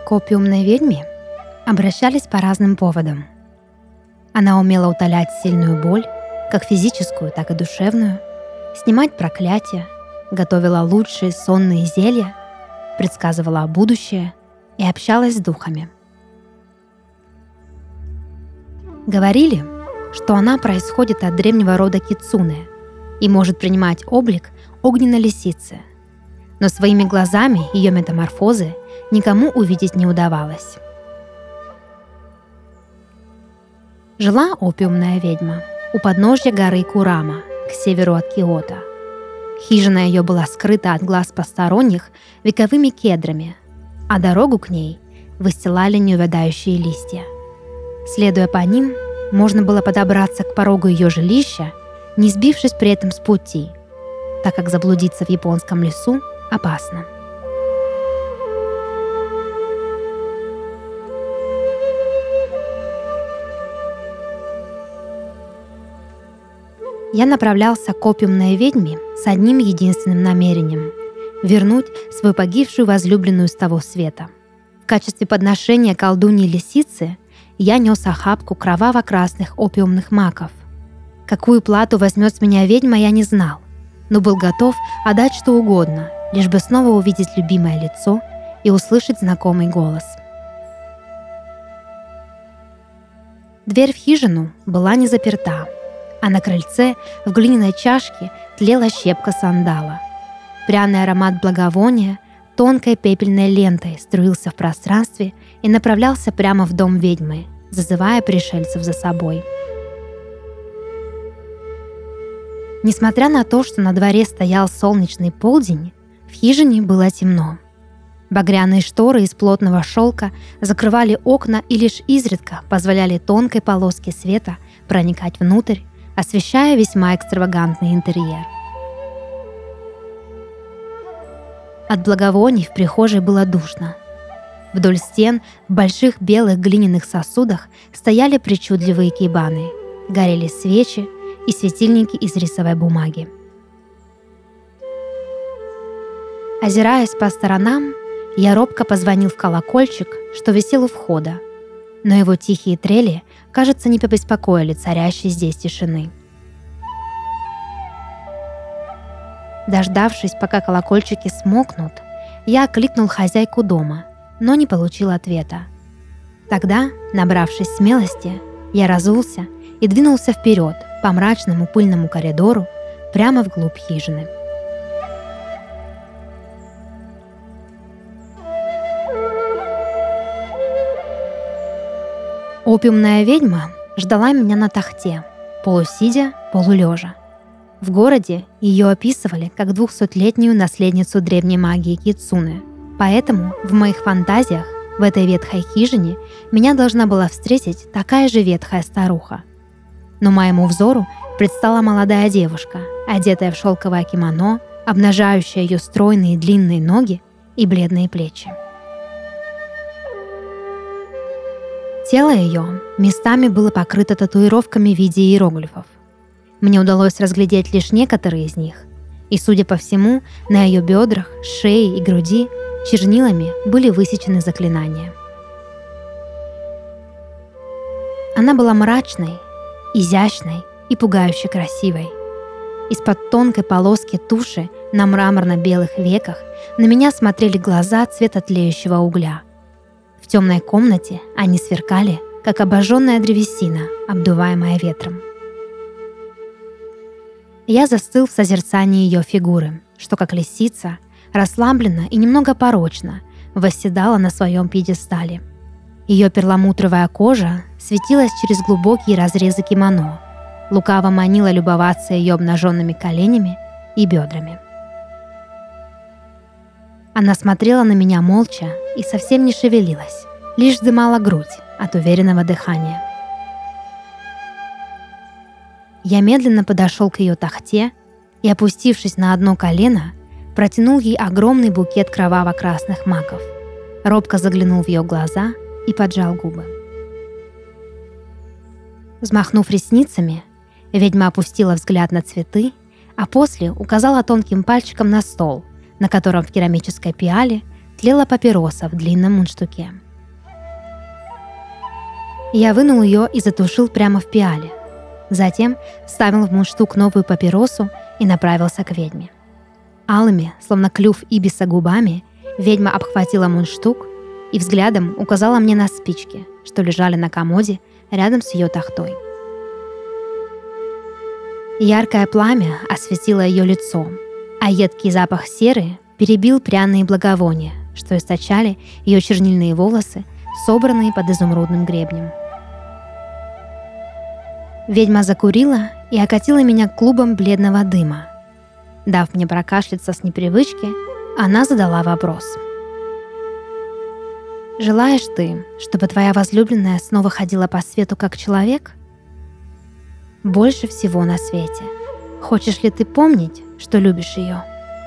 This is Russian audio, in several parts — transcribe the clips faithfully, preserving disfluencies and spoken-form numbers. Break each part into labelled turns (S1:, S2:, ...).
S1: К опиумной ведьме обращались по разным поводам. Она умела утолять сильную боль, как физическую, так и душевную, снимать проклятия, готовила лучшие сонные зелья, предсказывала будущее и общалась с духами. Говорили, что она происходит от древнего рода кицуне и может принимать облик огненной лисицы, но своими глазами ее метаморфозы никому увидеть не удавалось. Жила опиумная ведьма у подножья горы Курама, к северу от Киото. Хижина ее была скрыта от глаз посторонних вековыми кедрами, а дорогу к ней выстилали неувядающие листья. Следуя по ним, можно было подобраться к порогу ее жилища, не сбившись при этом с пути, так как заблудиться в японском лесу опасно. Я направлялся к опиумной ведьме с одним единственным намерением — вернуть свою погибшую возлюбленную с того света. В качестве подношения колдуньи-лисицы я нес охапку кроваво-красных опиумных маков. Какую плату возьмет с меня ведьма, я не знал, но был готов отдать что угодно, лишь бы снова увидеть любимое лицо и услышать знакомый голос. Дверь в хижину была не заперта, а на крыльце в глиняной чашке тлела щепка сандала. Пряный аромат благовония тонкой пепельной лентой струился в пространстве и направлялся прямо в дом ведьмы, зазывая пришельцев за собой. Несмотря на то, что на дворе стоял солнечный полдень, в хижине было темно. Багряные шторы из плотного шелка закрывали окна и лишь изредка позволяли тонкой полоске света проникать внутрь, освещая весьма экстравагантный интерьер. От благовоний в прихожей было душно. Вдоль стен в больших белых глиняных сосудах стояли причудливые кибаны, горели свечи и светильники из рисовой бумаги. Озираясь по сторонам, я робко позвонил в колокольчик, что висел у входа, но его тихие трели, кажется, не побеспокоили царящей здесь тишины. Дождавшись, пока колокольчики смолкнут, я окликнул хозяйку дома, но не получил ответа. Тогда, набравшись смелости, я разулся и двинулся вперед по мрачному пыльному коридору прямо вглубь хижины. Опиумная ведьма ждала меня на тахте, полусидя, полулежа. В городе ее описывали как двухсотлетнюю наследницу древней магии кицуне, поэтому в моих фантазиях в этой ветхой хижине меня должна была встретить такая же ветхая старуха. Но моему взору предстала молодая девушка, одетая в шелковое кимоно, обнажающая ее стройные длинные ноги и бледные плечи. Тело ее местами было покрыто татуировками в виде иероглифов. Мне удалось разглядеть лишь некоторые из них, и, судя по всему, на ее бедрах, шее и груди чернилами были высечены заклинания. Она была мрачной, изящной и пугающе красивой. Из-под тонкой полоски туши на мраморно-белых веках на меня смотрели глаза цвета тлеющего угля. В темной комнате они сверкали, как обожженная древесина, обдуваемая ветром. Я застыл в созерцании ее фигуры, что, как лисица, расслабленно и немного порочно восседала на своем пьедестале. Ее перламутровая кожа светилась через глубокие разрезы кимоно, лукаво манила любоваться ее обнаженными коленями и бедрами. Она смотрела на меня молча и совсем не шевелилась, лишь вздымала грудь от уверенного дыхания. Я медленно подошел к ее тахте и, опустившись на одно колено, протянул ей огромный букет кроваво-красных маков, робко заглянул в ее глаза и поджал губы. Взмахнув ресницами, ведьма опустила взгляд на цветы, а после указала тонким пальчиком на стол, на котором в керамической пиале тлела папироса в длинном мундштуке. Я вынул ее и затушил прямо в пиале. Затем вставил в мундштук новую папиросу и направился к ведьме. Алыми, словно клюв ибиса губами, ведьма обхватила мундштук и взглядом указала мне на спички, что лежали на комоде рядом с ее тахтой. Яркое пламя осветило ее лицо, а едкий запах серы перебил пряные благовония, что источали ее чернильные волосы, собранные под изумрудным гребнем. Ведьма закурила и окатила меня клубом бледного дыма. Дав мне прокашляться с непривычки, она задала вопрос. «Желаешь ты, чтобы твоя возлюбленная снова ходила по свету как человек? Больше всего на свете. Хочешь ли ты помнить, что любишь ее?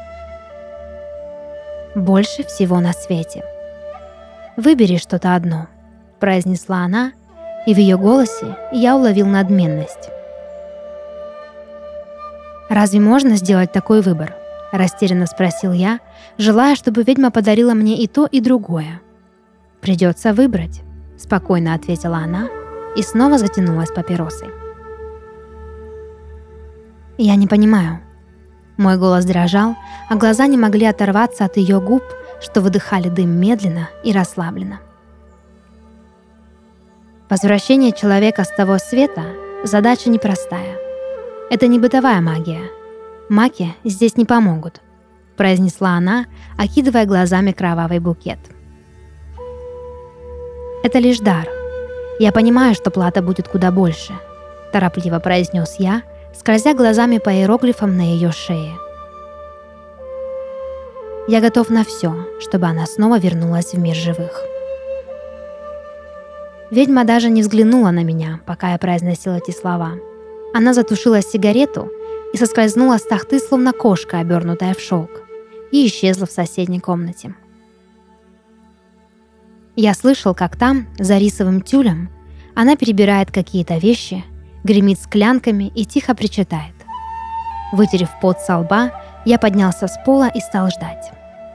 S1: Больше всего на свете. Выбери что-то одно», — произнесла она, и в ее голосе я уловил надменность. «Разве можно сделать такой выбор?» — растерянно спросил я, желая, чтобы ведьма подарила мне и то, и другое. «Придется выбрать», — спокойно ответила она и снова затянулась папиросой. «Я не понимаю». Мой голос дрожал, а глаза не могли оторваться от ее губ, что выдыхали дым медленно и расслабленно. Возвращение человека с того света – задача непростая. Это не бытовая магия. Маги здесь не помогут, произнесла она, окидывая глазами кровавый букет. Это лишь дар. Я понимаю, что плата будет куда больше, торопливо произнес я, скользя глазами по иероглифам на ее шее. Я готов на все, чтобы она снова вернулась в мир живых. Ведьма даже не взглянула на меня, пока я произносила эти слова. Она затушила сигарету и соскользнула с тахты, словно кошка, обернутая в шелк, и исчезла в соседней комнате. Я слышал, как там, за рисовым тюлем, она перебирает какие-то вещи, гремит склянками и тихо причитает. Вытерев пот со лба, я поднялся с пола и стал ждать.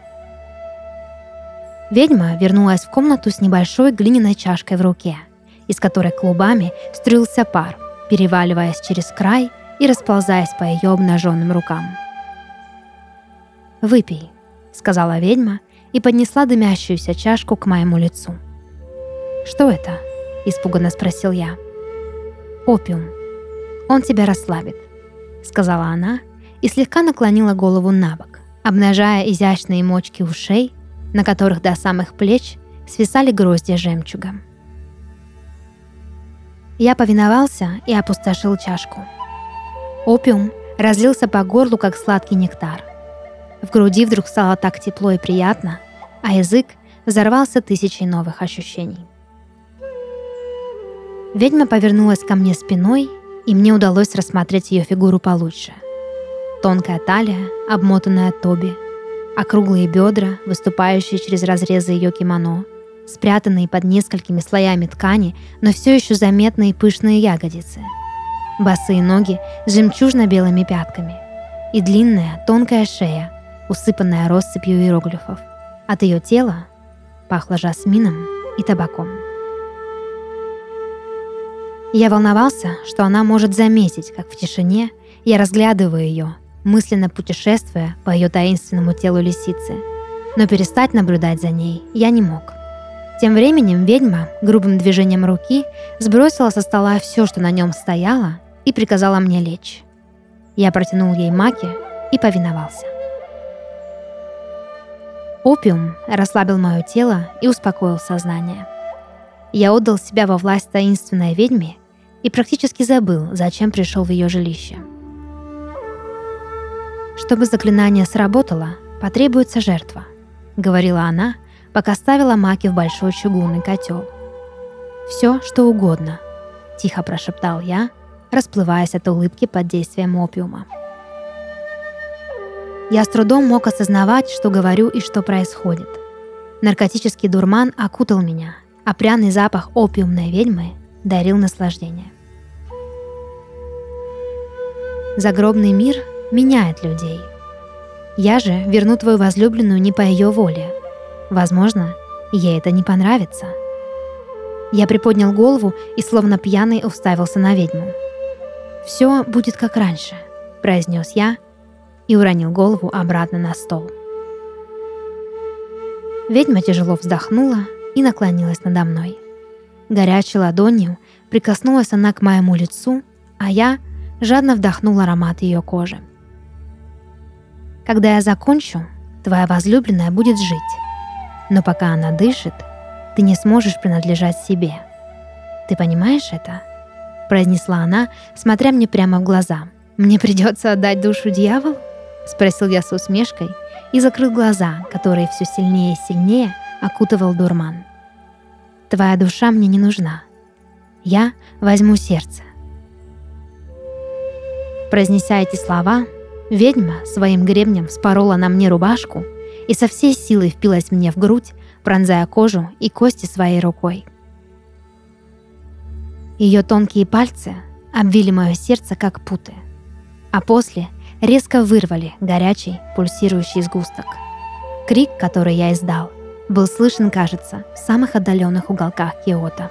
S1: Ведьма вернулась в комнату с небольшой глиняной чашкой в руке, из которой клубами струился пар, переваливаясь через край и расползаясь по ее обнаженным рукам. «Выпей», — сказала ведьма и поднесла дымящуюся чашку к моему лицу. «Что это?» — испуганно спросил я. «Опиум. Он тебя расслабит», — сказала она и слегка наклонила голову на бок, обнажая изящные мочки ушей, на которых до самых плеч свисали гроздья жемчуга. Я повиновался и опустошил чашку. Опиум разлился по горлу, как сладкий нектар. В груди вдруг стало так тепло и приятно, а язык взорвался тысячей новых ощущений. Ведьма повернулась ко мне спиной, и мне удалось рассмотреть ее фигуру получше. Тонкая талия, обмотанная тоби, округлые бедра, выступающие через разрезы ее кимоно, спрятанные под несколькими слоями ткани, но все еще заметные пышные ягодицы, босые ноги с жемчужно-белыми пятками и длинная тонкая шея, усыпанная россыпью иероглифов. От ее тела пахло жасмином и табаком. Я волновался, что она может заметить, как в тишине я разглядываю ее, мысленно путешествуя по ее таинственному телу лисицы, но перестать наблюдать за ней я не мог. Тем временем ведьма грубым движением руки сбросила со стола все, что на нем стояло, и приказала мне лечь. Я протянул ей маки и повиновался. Опиум расслабил мое тело и успокоил сознание. Я отдал себя во власть таинственной ведьме и практически забыл, зачем пришел в ее жилище. «Чтобы заклинание сработало, потребуется жертва», — говорила она, пока ставила маки в большой чугунный котел. «Все, что угодно», — тихо прошептал я, расплываясь от улыбки под действием опиума. Я с трудом мог осознавать, что говорю и что происходит. Наркотический дурман окутал меня, а пряный запах опиумной ведьмы дарил наслаждение. Загробный мир меняет людей. Я же верну твою возлюбленную не по ее воле. Возможно, ей это не понравится. Я приподнял голову и словно пьяный уставился на ведьму. «Все будет как раньше», — произнес я и уронил голову обратно на стол. Ведьма тяжело вздохнула и наклонилась надо мной. Горячей ладонью прикоснулась она к моему лицу, а я жадно вдохнул аромат ее кожи. «Когда я закончу, твоя возлюбленная будет жить, но пока она дышит, ты не сможешь принадлежать себе. Ты понимаешь это?» — произнесла она, смотря мне прямо в глаза. «Мне придется отдать душу дьяволу?» — спросил я с усмешкой и закрыл глаза, которые все сильнее и сильнее окутывал дурман. «Твоя душа мне не нужна. Я возьму сердце». Произнеся эти слова, ведьма своим гребнем вспорола на мне рубашку и со всей силы впилась мне в грудь, пронзая кожу и кости своей рукой. Ее тонкие пальцы обвили мое сердце как путы, а после резко вырвали горячий пульсирующий сгусток. Крик, который я издал, был слышен, кажется, в самых отдаленных уголках Киото.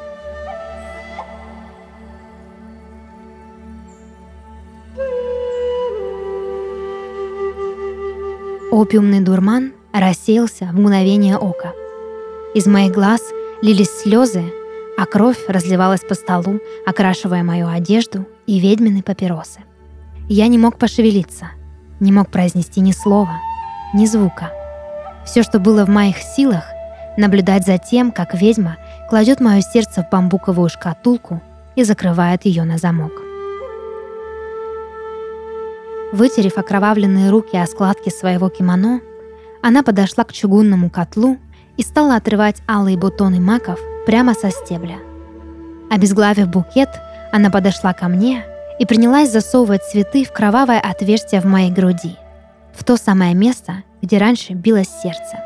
S1: Опиумный дурман рассеялся в мгновение ока. Из моих глаз лились слезы, а кровь разливалась по столу, окрашивая мою одежду и ведьмины папиросы. Я не мог пошевелиться, не мог произнести ни слова, ни звука. Все, что было в моих силах, наблюдать за тем, как ведьма кладет мое сердце в бамбуковую шкатулку и закрывает ее на замок. Вытерев окровавленные руки о складки своего кимоно, она подошла к чугунному котлу и стала отрывать алые бутоны маков прямо со стебля. Обезглавив букет, она подошла ко мне и принялась засовывать цветы в кровавое отверстие в моей груди, в то самое место, где раньше билось сердце.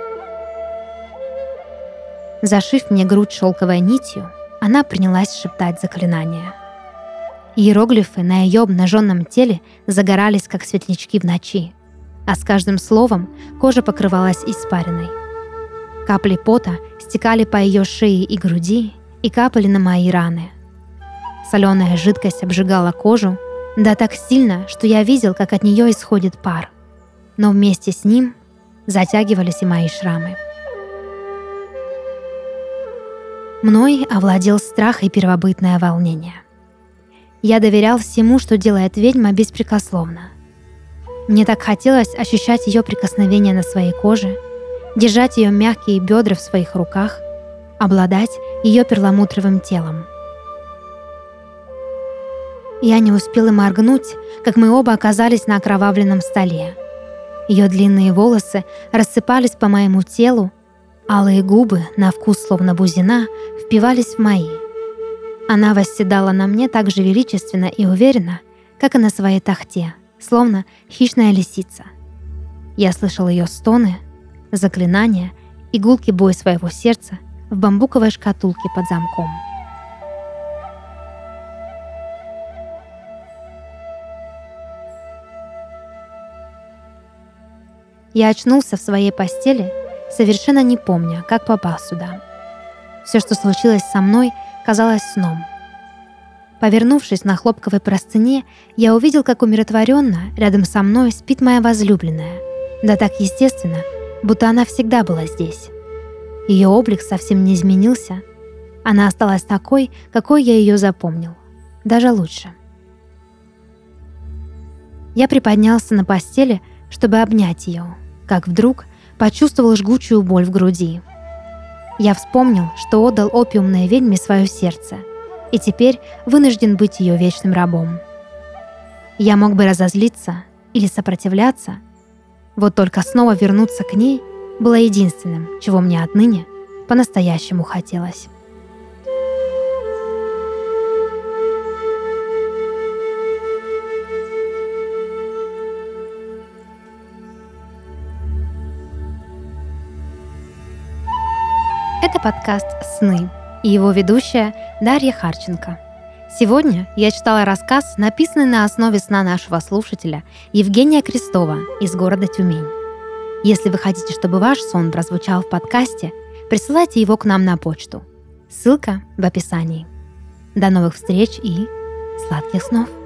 S1: Зашив мне грудь шелковой нитью, она принялась шептать заклинания. Иероглифы на ее обнаженном теле загорались, как светлячки в ночи, а с каждым словом кожа покрывалась испариной. Капли пота стекали по ее шее и груди и капали на мои раны. Соленая жидкость обжигала кожу, да так сильно, что я видел, как от нее исходит пар. Но вместе с ним затягивались и мои шрамы. Мной овладел страх и первобытное волнение. Я доверял всему, что делает ведьма, беспрекословно. Мне так хотелось ощущать ее прикосновение на своей коже, держать ее мягкие бедра в своих руках, обладать ее перламутровым телом. Я не успела моргнуть, как мы оба оказались на окровавленном столе. Ее длинные волосы рассыпались по моему телу, алые губы, на вкус словно бузина, впивались в мои. Она восседала на мне так же величественно и уверенно, как и на своей тахте, словно хищная лисица. Я слышал ее стоны, заклинания и гулкий бой своего сердца в бамбуковой шкатулке под замком. Я очнулся в своей постели, совершенно не помня, как попал сюда. Все, что случилось со мной, казалось сном. Повернувшись на хлопковой простыне, я увидел, как умиротворенно рядом со мной спит моя возлюбленная. Да так естественно, будто она всегда была здесь. Ее облик совсем не изменился. Она осталась такой, какой я ее запомнил. Даже лучше. Я приподнялся на постели, чтобы обнять ее, как вдруг почувствовал жгучую боль в груди. Я вспомнил, что отдал опиумной ведьме свое сердце, и теперь вынужден быть ее вечным рабом. Я мог бы разозлиться или сопротивляться, вот только снова вернуться к ней было единственным, чего мне отныне по-настоящему хотелось. Это подкаст «Сны» и его ведущая Дарья Харченко. Сегодня я читала рассказ, написанный на основе сна нашего слушателя Евгения Крестова из города Тюмень. Если вы хотите, чтобы ваш сон прозвучал в подкасте, присылайте его к нам на почту. Ссылка в описании. До новых встреч и сладких снов!